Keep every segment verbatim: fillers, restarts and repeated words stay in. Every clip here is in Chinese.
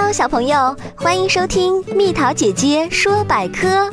Hello， 小朋友，欢迎收听蜜桃姐姐说百科。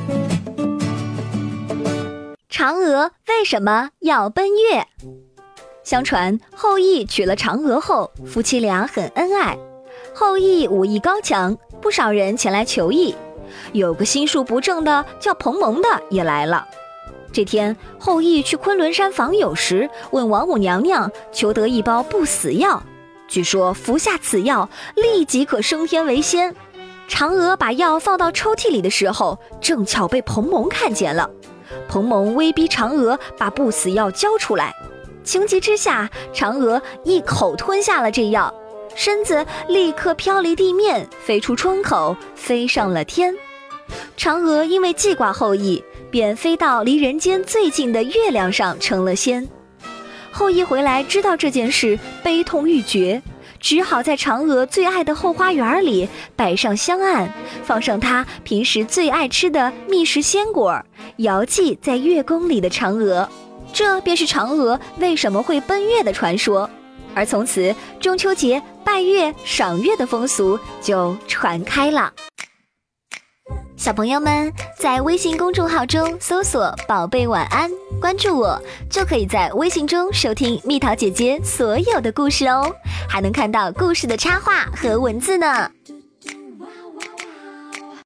嫦娥为什么要奔月？相传后羿娶了嫦娥后，夫妻俩很恩爱。后羿武艺高强，不少人前来求艺。有个心术不正的叫彭蒙的也来了。这天，后羿去昆仑山访友时，问王母娘娘求得一包不死药，据说服下此药立即可升天为仙。嫦娥把药放到抽屉里的时候，正巧被彭蒙看见了。彭蒙威逼嫦娥把不死药交出来，情急之下，嫦娥一口吞下了这药，身子立刻飘离地面，飞出窗口，飞上了天。嫦娥因为记挂后羿，便飞到离人间最近的月亮上成了仙。后羿回来知道这件事，悲痛欲绝，只好在嫦娥最爱的后花园里摆上香案，放上他平时最爱吃的蜜食鲜果，遥祭在月宫里的嫦娥。这便是嫦娥为什么会奔月的传说。而从此，中秋节拜月赏月的风俗就传开了。小朋友们，在微信公众号中搜索宝贝晚安，关注我，就可以在微信中收听蜜桃姐姐所有的故事哦，还能看到故事的插画和文字呢。